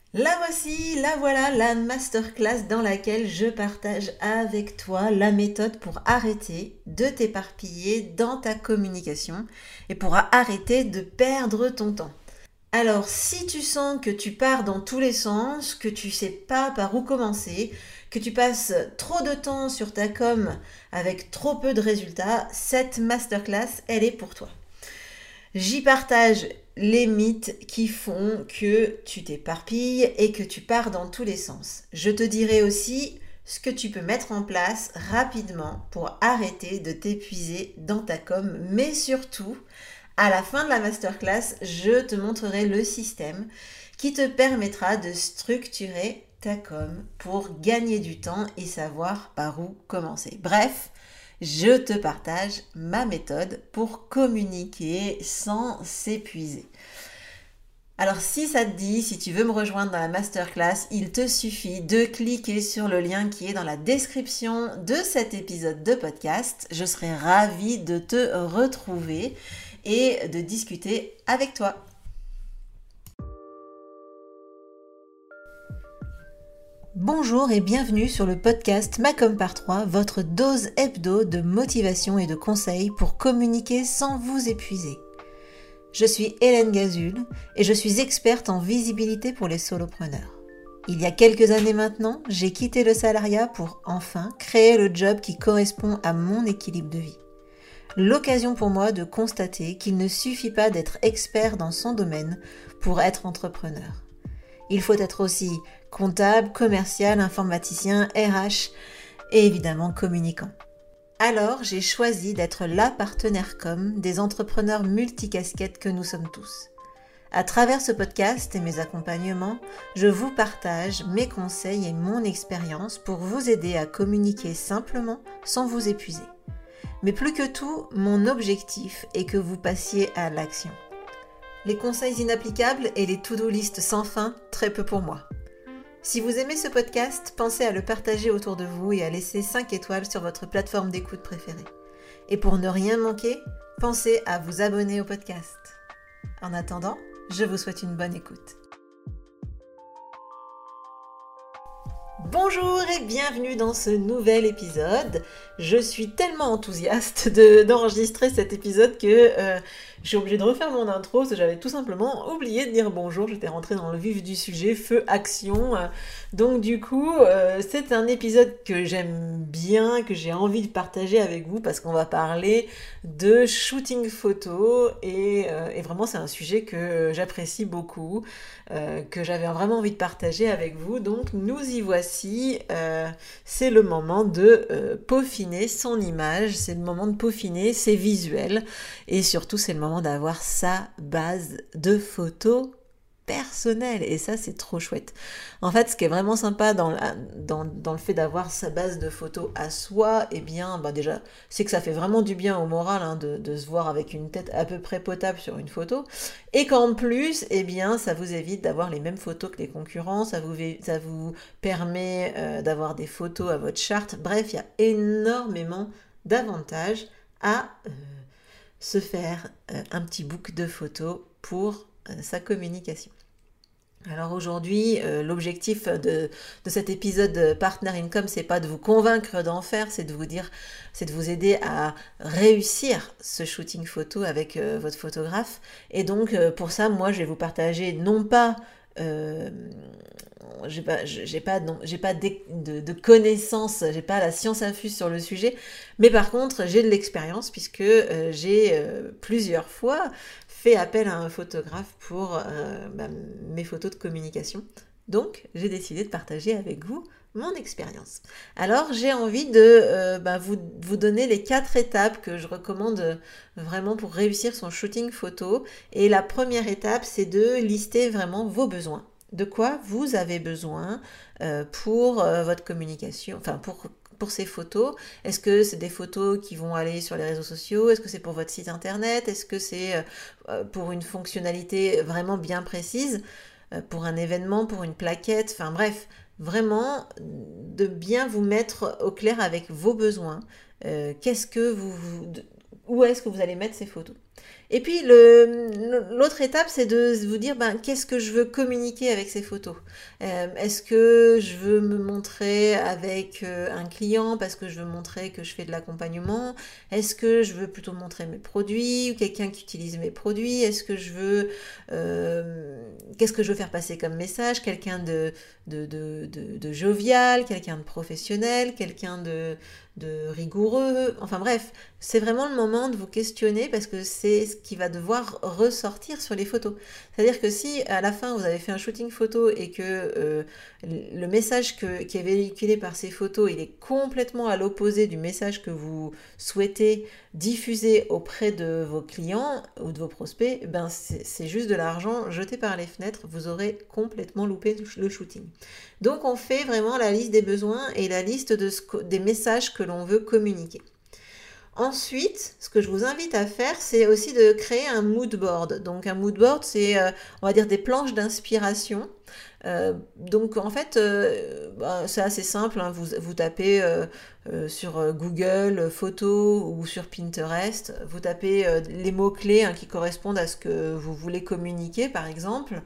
La voici, la voilà, la masterclass dans laquelle je partage avec toi la méthode pour arrêter de t'éparpiller dans ta communication et pour arrêter de perdre ton temps. Alors, si tu sens que tu pars dans tous les sens, que tu sais pas par où commencer, que tu passes trop de temps sur ta com avec trop peu de résultats, cette masterclass, elle est pour toi. J'y partage les mythes qui font que tu t'éparpilles et que tu pars dans tous les sens. Je te dirai aussi ce que tu peux mettre en place rapidement pour arrêter de t'épuiser dans ta com, mais surtout, à la fin de la masterclass, je te montrerai le système qui te permettra de structurer ta com pour gagner du temps et savoir par où commencer. Bref, je te partage ma méthode pour communiquer sans s'épuiser. Alors si ça te dit, si tu veux me rejoindre dans la masterclass, il te suffit de cliquer sur le lien qui est dans la description de cet épisode de podcast. Je serai ravie de te retrouver et de discuter avec toi. Bonjour et bienvenue sur le podcast Macom par 3, votre dose hebdo de motivation et de conseils pour communiquer sans vous épuiser. Je suis Hélène Gazul et je suis experte en visibilité pour les solopreneurs. Il y a quelques années maintenant, j'ai quitté le salariat pour enfin créer le job qui correspond à mon équilibre de vie. L'occasion pour moi de constater qu'il ne suffit pas d'être expert dans son domaine pour être entrepreneur. Il faut être aussi comptable, commercial, informaticien, RH et évidemment communicant. Alors, j'ai choisi d'être la partenaire com des entrepreneurs multicasquettes que nous sommes tous. À travers ce podcast et mes accompagnements, je vous partage mes conseils et mon expérience pour vous aider à communiquer simplement sans vous épuiser. Mais plus que tout, mon objectif est que vous passiez à l'action. Les conseils inapplicables et les to-do list sans fin, très peu pour moi. Si vous aimez ce podcast, pensez à le partager autour de vous et à laisser 5 étoiles sur votre plateforme d'écoute préférée. Et pour ne rien manquer, pensez à vous abonner au podcast. En attendant, je vous souhaite une bonne écoute. Bonjour et bienvenue dans ce nouvel épisode. Je suis tellement enthousiaste d'enregistrer cet épisode que je suis obligée de refaire mon intro parce que j'avais tout simplement oublié de dire bonjour. J'étais rentrée dans le vif du sujet, feu action. Donc du coup, c'est un épisode que j'aime bien, que j'ai envie de partager avec vous parce qu'on va parler de shooting photo et vraiment c'est un sujet que j'apprécie beaucoup, que j'avais vraiment envie de partager avec vous. Donc nous y voici, c'est le moment de peaufiner son image, c'est le moment de peaufiner ses visuels et surtout c'est le moment d'avoir sa base de photos personnelle et ça c'est trop chouette. En fait ce qui est vraiment sympa dans le fait d'avoir sa base de photos à soi, eh bien déjà c'est que ça fait vraiment du bien au moral de se voir avec une tête à peu près potable sur une photo et qu'en plus eh bien ça vous évite d'avoir les mêmes photos que les concurrents, ça vous permet d'avoir des photos à votre charte. Bref, il y a énormément d'avantages à se faire un petit book de photos pour sa communication. Alors aujourd'hui, l'objectif de cet épisode Partner Income, c'est pas de vous convaincre d'en faire, c'est de vous aider à réussir ce shooting photo avec votre photographe. Et donc pour ça, moi, je vais vous partager non pas j'ai pas de connaissances, j'ai pas la science infuse sur le sujet, mais par contre j'ai de l'expérience puisque j'ai plusieurs fois fait appel à un photographe pour mes photos de communication. Donc j'ai décidé de partager avec vous mon expérience. Alors j'ai envie de vous donner les 4 étapes que je recommande vraiment pour réussir son shooting photo. Et la première étape, c'est de lister vraiment vos besoins. De quoi vous avez besoin pour votre communication, enfin pour ces photos. Est-ce que c'est des photos qui vont aller sur les réseaux sociaux? Est-ce que c'est pour votre site internet? Est-ce que c'est pour une fonctionnalité vraiment bien précise? Pour un événement, pour une plaquette? Enfin bref, vraiment de bien vous mettre au clair avec vos besoins. Où est-ce que vous allez mettre ces photos? Et puis l'autre étape, c'est de vous dire ben, qu'est-ce que je veux communiquer avec ces photos. Est-ce que je veux me montrer avec un client parce que je veux montrer que je fais de l'accompagnement? Est-ce que je veux plutôt montrer mes produits ou quelqu'un qui utilise mes produits? Est-ce que je veux qu'est-ce que je veux faire passer comme message? Quelqu'un de jovial, quelqu'un de professionnel, quelqu'un de rigoureux, enfin bref, c'est vraiment le moment de vous questionner parce que c'est ce qui va devoir ressortir sur les photos. C'est-à-dire que si à la fin vous avez fait un shooting photo et que le message qui est véhiculé par ces photos, il est complètement à l'opposé du message que vous souhaitez diffuser auprès de vos clients ou de vos prospects, ben c'est juste de l'argent jeté par les fenêtres, vous aurez complètement loupé le shooting. Donc on fait vraiment la liste des besoins et la liste des messages que l'on veut communiquer. Ensuite, ce que je vous invite à faire, c'est aussi de créer un mood board. Donc un mood board, c'est, on va dire, des planches d'inspiration. Donc en fait, c'est assez simple, hein. Vous tapez sur Google Photos ou sur Pinterest, vous tapez les mots-clés hein, qui correspondent à ce que vous voulez communiquer par exemple,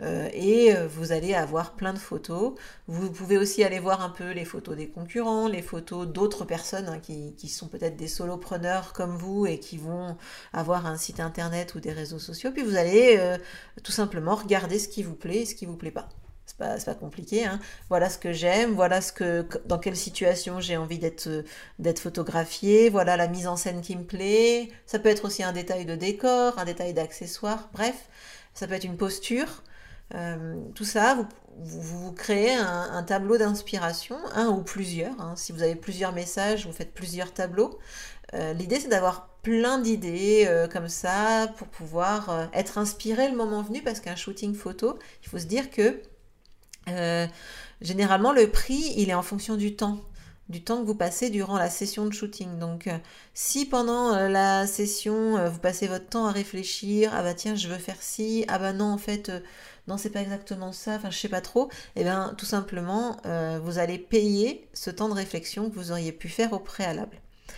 et vous allez avoir plein de photos. Vous pouvez aussi aller voir un peu les photos des concurrents, les photos d'autres personnes hein, qui sont peut-être des solopreneurs comme vous et qui vont avoir un site internet ou des réseaux sociaux, puis vous allez tout simplement regarder ce qui vous plaît et ce qui vous plaît pas. C'est pas compliqué, hein. Voilà ce que j'aime, voilà dans quelle situation j'ai envie d'être photographiée, voilà la mise en scène qui me plaît. Ça peut être aussi un détail de décor, un détail d'accessoire, bref, ça peut être une posture. Tout ça, vous créez un tableau d'inspiration, un ou plusieurs, hein. Si vous avez plusieurs messages, vous faites plusieurs tableaux. L'idée, c'est d'avoir plein d'idées comme ça pour pouvoir être inspiré le moment venu, parce qu'un shooting photo, il faut se dire que euh, généralement, le prix, il est en fonction du temps que vous passez durant la session de shooting. Donc, si pendant la session, vous passez votre temps à réfléchir, ah bah tiens, je veux faire ci, ah bah non, en fait, non, c'est pas exactement ça, enfin, je sais pas trop, et bien, tout simplement, vous allez payer ce temps de réflexion que vous auriez pu faire au préalable.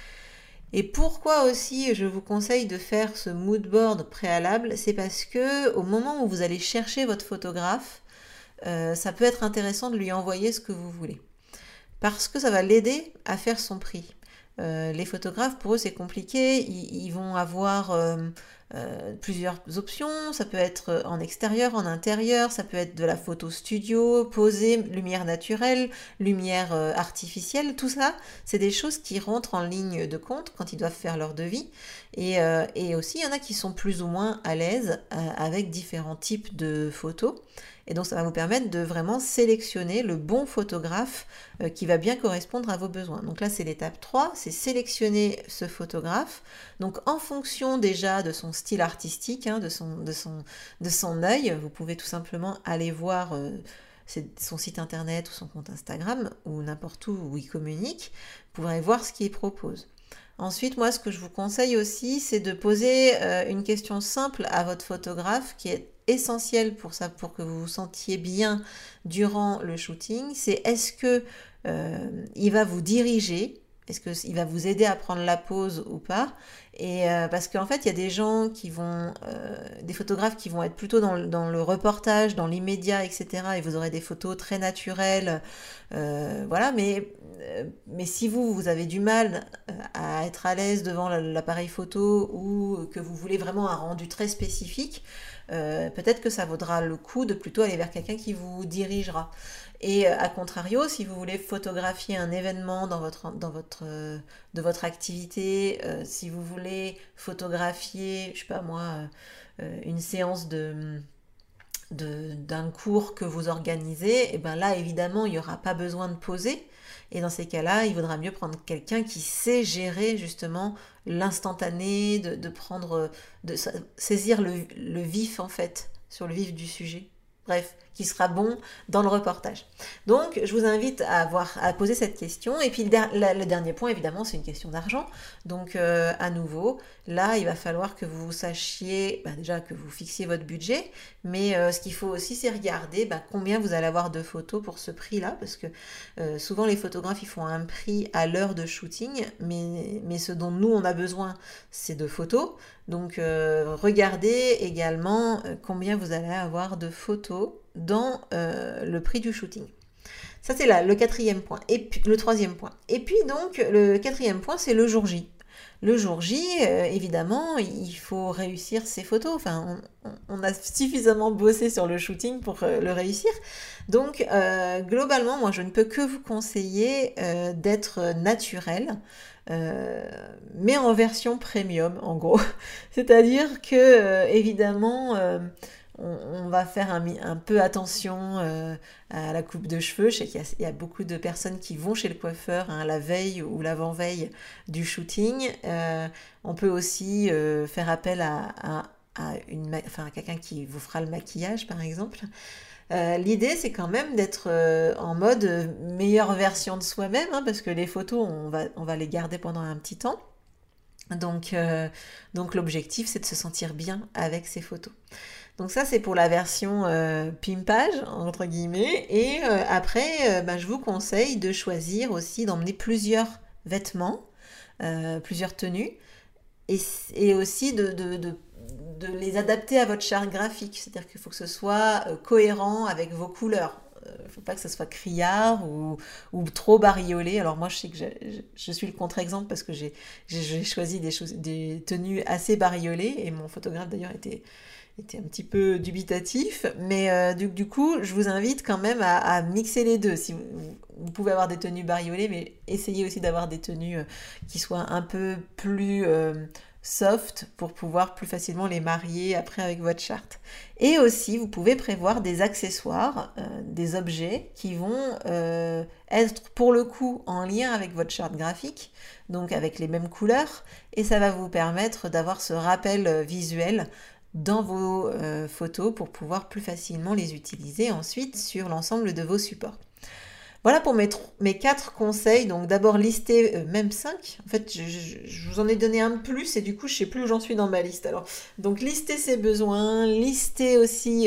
Et pourquoi aussi je vous conseille de faire ce mood board préalable, c'est parce que au moment où vous allez chercher votre photographe, ça peut être intéressant de lui envoyer ce que vous voulez. Parce que ça va l'aider à faire son prix. Les photographes, pour eux, c'est compliqué. Ils vont avoir plusieurs options. Ça peut être en extérieur, en intérieur. Ça peut être de la photo studio, posée, lumière naturelle, lumière artificielle. Tout ça, c'est des choses qui rentrent en ligne de compte quand ils doivent faire leur devis. Et aussi, il y en a qui sont plus ou moins à l'aise avec différents types de photos. Et donc ça va vous permettre de vraiment sélectionner le bon photographe qui va bien correspondre à vos besoins. Donc là c'est l'étape 3, c'est sélectionner ce photographe. Donc en fonction déjà de son style artistique, hein, de son œil, vous pouvez tout simplement aller voir son site internet ou son compte Instagram ou n'importe où il communique. Vous pourrez voir ce qu'il propose. Ensuite, moi, ce que je vous conseille aussi, c'est de poser une question simple à votre photographe qui est essentielle pour ça, pour que vous vous sentiez bien durant le shooting. C'est est-ce que il va vous diriger? Est-ce qu'il va vous aider à prendre la pause ou pas? Et parce qu'en fait, il y a des gens qui vont, des photographes qui vont être plutôt dans le reportage, dans l'immédiat, etc. Et vous aurez des photos très naturelles, voilà. Mais si vous avez du mal à être à l'aise devant l'appareil photo ou que vous voulez vraiment un rendu très spécifique, peut-être que ça vaudra le coup de plutôt aller vers quelqu'un qui vous dirigera. Et à contrario, si vous voulez photographier un événement de votre activité, si vous voulez photographier, je sais pas moi, une séance d'un cours que vous organisez, et ben là évidemment il n'y aura pas besoin de poser. Et dans ces cas-là, il vaudra mieux prendre quelqu'un qui sait gérer justement l'instantané, de saisir le vif en fait, sur le vif du sujet. Bref, qui sera bon dans le reportage. Donc, je vous invite à poser cette question. Et puis, le dernier point, évidemment, c'est une question d'argent. Donc, à nouveau, là, il va falloir que vous sachiez, déjà que vous fixiez votre budget, mais ce qu'il faut aussi, c'est regarder combien vous allez avoir de photos pour ce prix-là, parce que souvent, les photographes, ils font un prix à l'heure de shooting, mais ce dont nous, on a besoin, c'est de photos. Donc regardez également combien vous allez avoir de photos dans le prix du shooting. Ça c'est là le quatrième point. Et puis le troisième point. Et puis donc le quatrième point, c'est le jour J. Le jour J, évidemment, il faut réussir ses photos. Enfin, on a suffisamment bossé sur le shooting pour le réussir. Donc, globalement, moi, je ne peux que vous conseiller d'être naturel, mais en version premium, en gros. C'est-à-dire que, évidemment, on va faire un peu attention à la coupe de cheveux. Je sais qu'il y a beaucoup de personnes qui vont chez le coiffeur la veille ou l'avant-veille du shooting. On peut aussi faire appel à quelqu'un qui vous fera le maquillage, par exemple. L'idée, c'est quand même d'être en mode meilleure version de soi-même, hein, parce que les photos, on va les garder pendant un petit temps. Donc l'objectif, c'est de se sentir bien avec ces photos. Donc ça, c'est pour la version pimpage, entre guillemets. Et après, je vous conseille de choisir aussi d'emmener plusieurs vêtements, plusieurs tenues, et aussi de les adapter à votre charte graphique. C'est-à-dire qu'il faut que ce soit cohérent avec vos couleurs. Il ne faut pas que ce soit criard ou trop bariolé. Alors moi, je sais que je suis le contre-exemple parce que j'ai choisi des tenues assez bariolées et mon photographe d'ailleurs était un petit peu dubitatif, mais du coup, je vous invite quand même à mixer les deux. Si vous pouvez avoir des tenues bariolées, mais essayez aussi d'avoir des tenues qui soient un peu plus soft pour pouvoir plus facilement les marier après avec votre charte. Et aussi, vous pouvez prévoir des accessoires, des objets qui vont être pour le coup en lien avec votre charte graphique, donc avec les mêmes couleurs, et ça va vous permettre d'avoir ce rappel visuel dans vos photos pour pouvoir plus facilement les utiliser ensuite sur l'ensemble de vos supports. Voilà pour mes 4 conseils. Donc d'abord lister, même 5. En fait, je vous en ai donné un de plus et du coup, je ne sais plus où j'en suis dans ma liste. Alors, donc lister ses besoins, lister aussi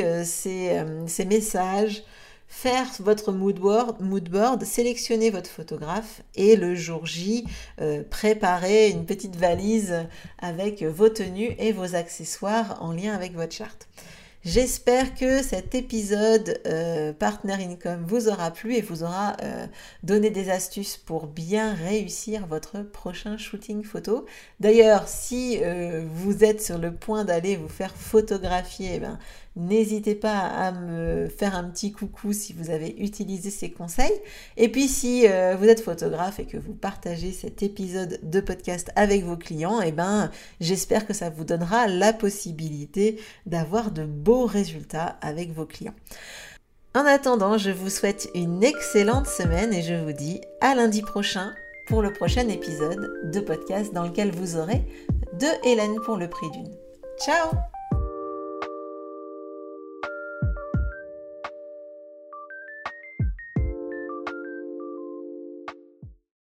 ses messages, faire votre mood board, sélectionner votre photographe et le jour J, préparer une petite valise avec vos tenues et vos accessoires en lien avec votre charte. J'espère que cet épisode Partner Income vous aura plu et vous aura donné des astuces pour bien réussir votre prochain shooting photo. D'ailleurs, si vous êtes sur le point d'aller vous faire photographier, n'hésitez pas à me faire un petit coucou si vous avez utilisé ces conseils. Et puis si vous êtes photographe et que vous partagez cet épisode de podcast avec vos clients, j'espère que ça vous donnera la possibilité d'avoir de beaux résultats avec vos clients. En attendant, je vous souhaite une excellente semaine et je vous dis à lundi prochain pour le prochain épisode de podcast dans lequel vous aurez 2 Hélène pour le prix d'une. Ciao!